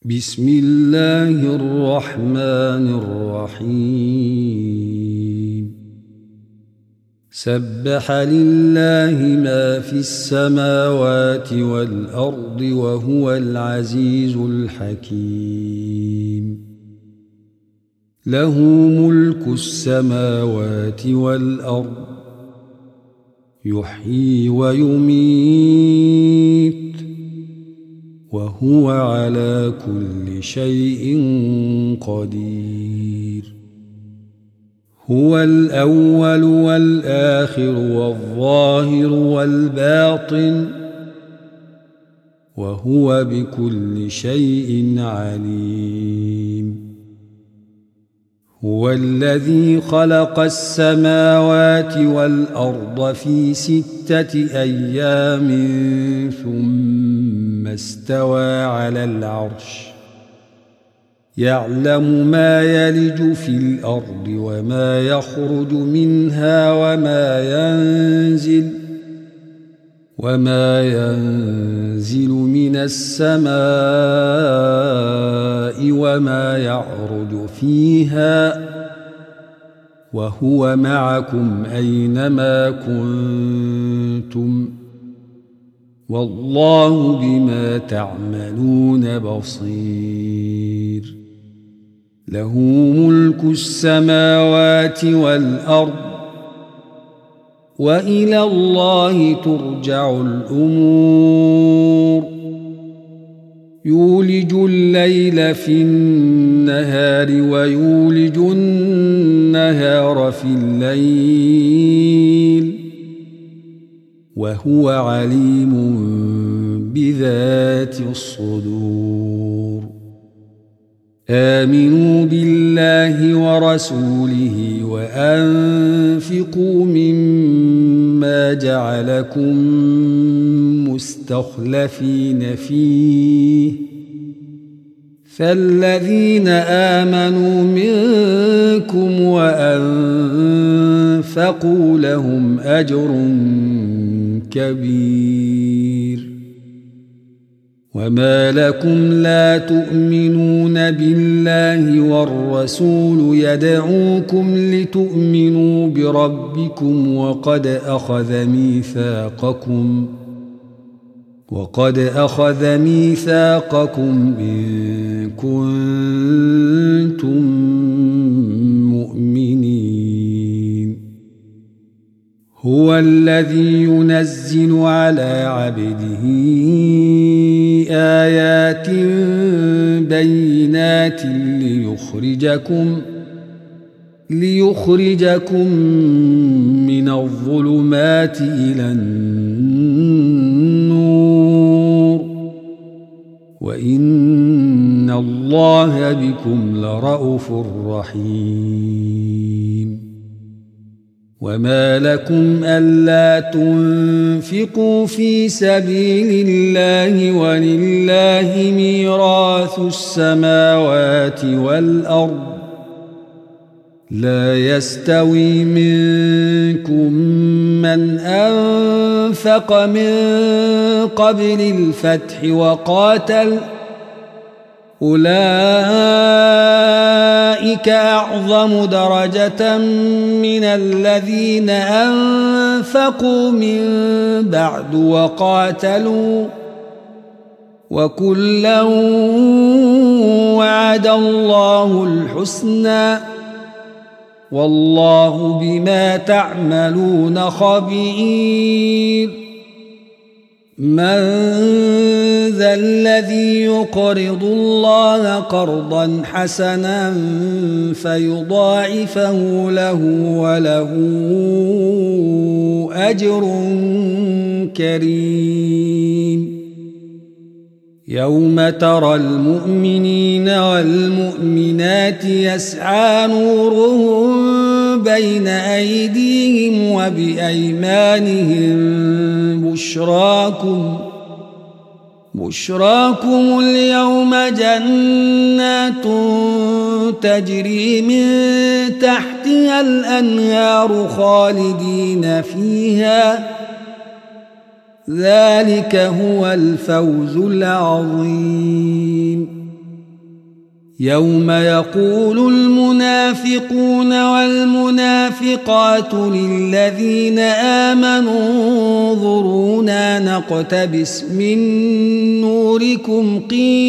بسم الله الرحمن الرحيم سبح لله ما في السماوات والأرض وهو العزيز الحكيم له ملك السماوات والأرض يحيي ويميت وهو على كل شيء قدير هو الأول والآخر والظاهر والباطن وهو بكل شيء عليم هو الذي خلق السماوات والأرض في 6 أيام ثم استوى على العرش يعلم ما يلج في الأرض وما يخرج منها وما ينزل من السماء وما يعرج فيها وهو معكم أينما كنتم والله بما تعملون بصير له ملك السماوات والأرض وإلى الله ترجع الأمور يولج الليل في النهار ويولج النهار في الليل وهو عليم بذات الصدور آمنوا بالله ورسوله وأنفقوا مما جعلكم مستخلفين فيه فالذين آمنوا منكم وأنفقوا لهم أجر كبير وما لكم لا تؤمنون بالله والرسول يدعوكم لتؤمنوا بربكم وقد أخذ ميثاقكم إن كنتم مؤمنين هو الذي ينزل على عبده آيات بينات ليخرجكم من الظلمات إلى النور وإن الله بكم لرءوف رحيم وما لكم ألا تنفقوا في سبيل الله ولله ميراث السماوات والأرض لا يستوي منكم من أنفق من قبل الفتح وقاتل أولئك أعظم درجة من الذين أنفقوا من بعد وقاتلوا وكلا وعد الله الحسنى والله بما تعملون خبير من ذا الذي يقرض الله قرضا حسنا فيضاعفه له وله أجر كريم يوم ترى المؤمنين والمؤمنات يسعى نورهم بين أيديهم وبأيمانهم بشراكم اليوم جنات تجري من تحتها الأنهار خالدين فيها ذلك هو الفوز العظيم يوم يقول المنافقون والمنافقات للذين آمنوا انظرونا نقتبس من نوركم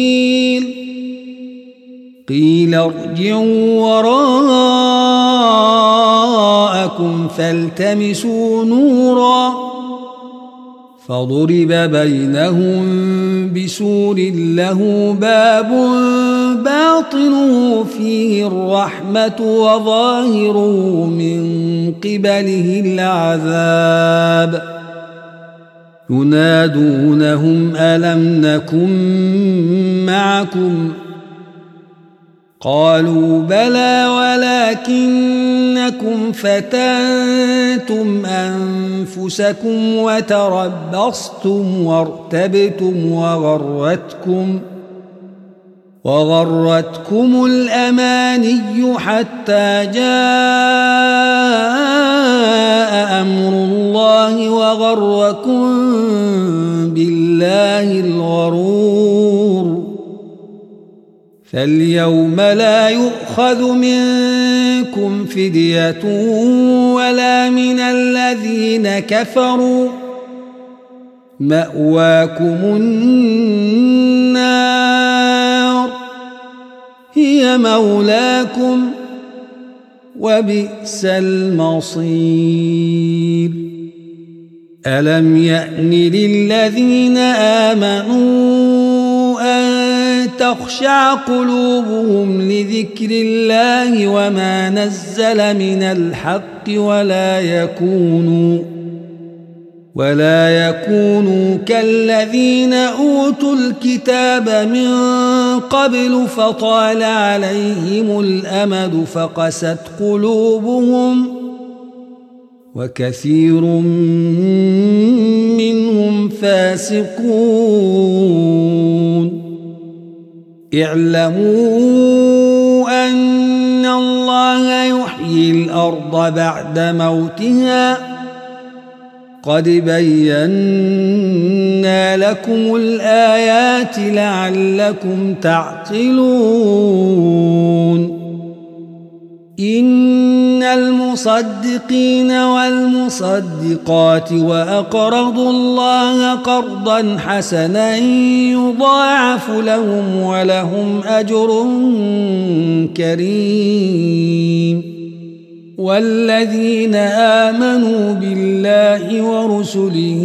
قيل ارجعوا وراءكم فالتمسوا نورا فضرب بينهم بسور له باب باطنه فيه الرحمة وظاهره من قبله العذاب ينادونهم ألم نكن معكم قالوا بلى ولكنكم فتنتم أنفسكم وتربصتم وارتبتم وغرتكم الأماني حتى جاء أمر الله وغركم بالله الغرور فاليوم لا يؤخذ منكم فدية ولا من الذين كفروا مأواكم النار هي مولاكم وبئس المصير ألم يأن للذين آمنوا أن تخشع قلوبهم لذكر الله وما نزل من الحق ولا يكونوا كالذين أوتوا الكتاب من قبل فطال عليهم الأمد فقست قلوبهم وكثير منهم فاسقون اعلموا أن الله يحيي الأرض بعد موتها قد بينا لكم الآيات لعلكم تعقلون إن المصدقين والمصدقات وأقرضوا الله قرضا حسنا يضاعف لهم ولهم أجر كريم والذين آمنوا بالله ورسله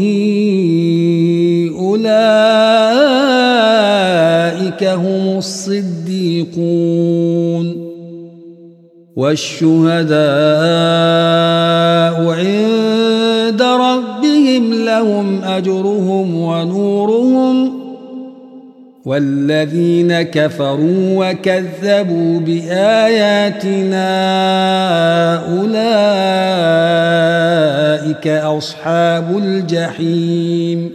أولئك هم الصديقون والشهداء عند ربهم لهم أجرهم ونورهم والذين كفروا وكذبوا بآياتنا أولئك أصحاب الجحيم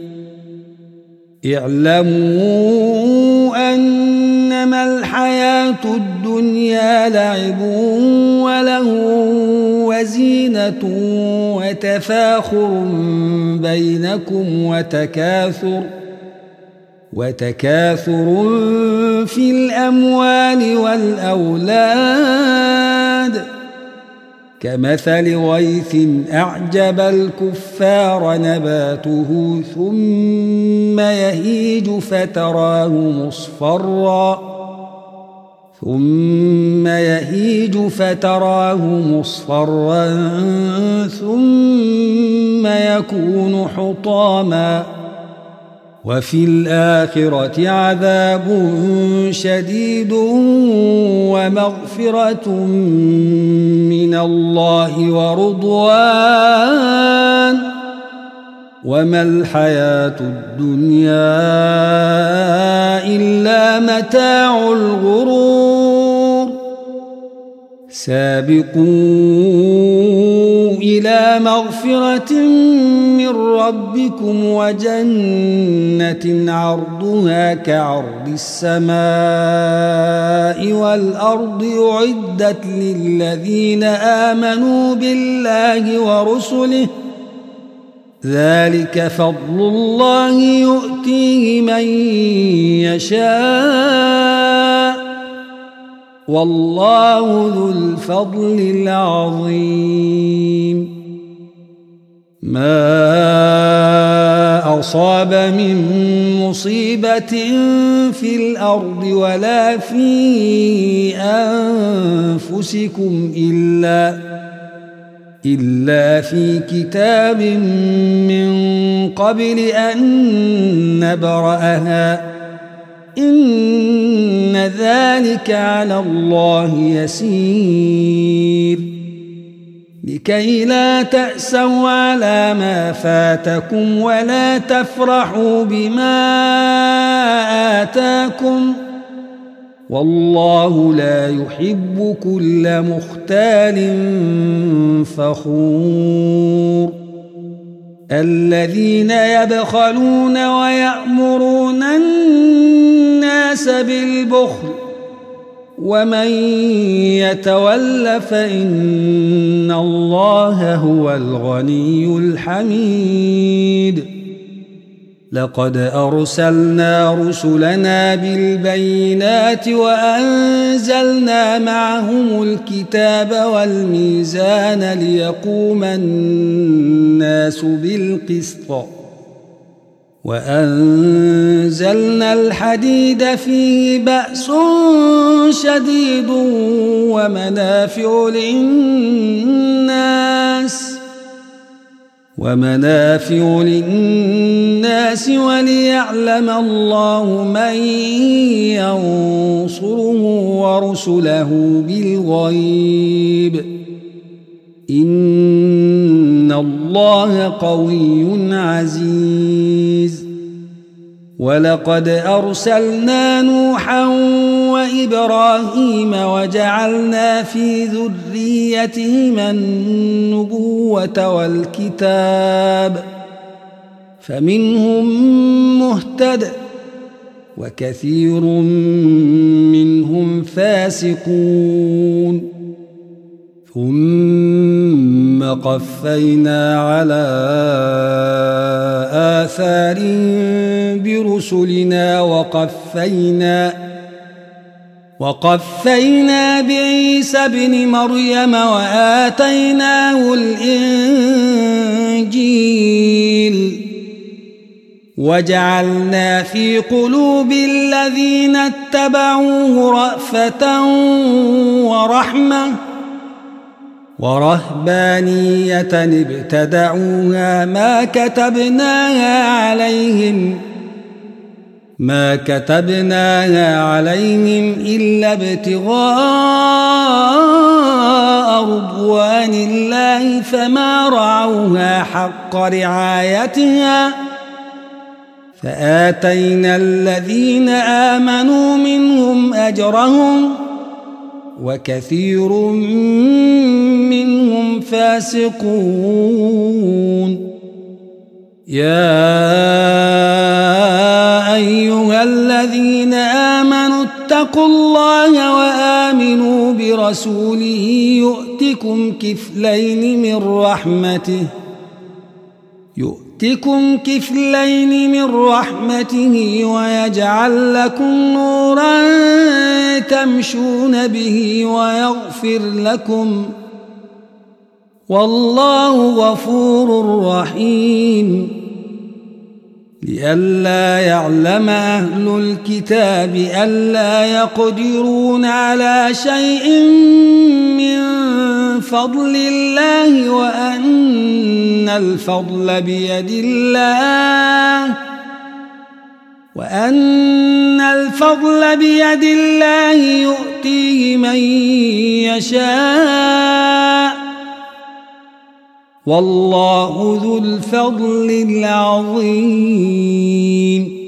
اعلموا أنما الحياة الدنيا لعب وله وزينة وتفاخر بينكم وتكاثر في الأموال والأولاد كمثل غيث أعجب الكفار نباته ثم يهيج فتراه مصفرا ثم يكون حطاما وفي الآخرة عذاب شديد ومغفرة من الله ورضوان وما الحياة الدنيا إلا متاع الغرور سابقوا إلى مغفرة من ربكم وجنة عرضها كعرض السماء والأرض أعدت للذين آمنوا بالله ورسله ذلك فضل الله يؤتيه من يشاء والله ذو الفضل العظيم. ما أصاب من مصيبة في الأرض ولا في أنفسكم إلا في كتاب من قبل أن نبرأها إن ذلك على الله يسير. لكي لا تأسوا على ما فاتكم ولا تفرحوا بما آتاكم والله لا يحب كل مختال فخور. الذين يبخلون ويأمرون الناس بالبخل ومن يتول فإن الله هو الغني الحميد. لقد أرسلنا رسلنا بالبينات وأنزلنا معهم الكتاب والميزان ليقوم الناس بالقسط وأنزلنا الحديد فيه بأس شديد ومنافع للناس وليعلم الله من ينصره ورسله بالغيب إن الله قوي عزيز. ولقد أرسلنا نوحا وإبراهيم وجعلنا في ذريتهما النبوة والكتاب فمنهم مهتد وكثير منهم فاسقون. ثم قفينا على آثارهم برسلنا وقفينا بعيسى ابن مريم وآتيناه الإنجيل وجعلنا في قلوب الذين اتبعوه رأفة ورحمة ورهبانية ابتدعوها ما كتبناها عليهم إلا ابتغاء رضوان الله فما رعوها حق رعايتها فآتينا الذين آمنوا منهم أجرهم وكثير منهم فاسقون. يا أيها الذين آمنوا اتقوا الله وآمنوا برسوله يؤتكم كفلين من رحمته ويجعل لكم نورا تمشون به ويغفر لكم والله غفور رحيم. لئلا يعلم أهل الكتاب ألا يقدرون على شيء من فضل الله وأن الفضل بيد الله يؤتيه من يشاء والله ذو الفضل العظيم.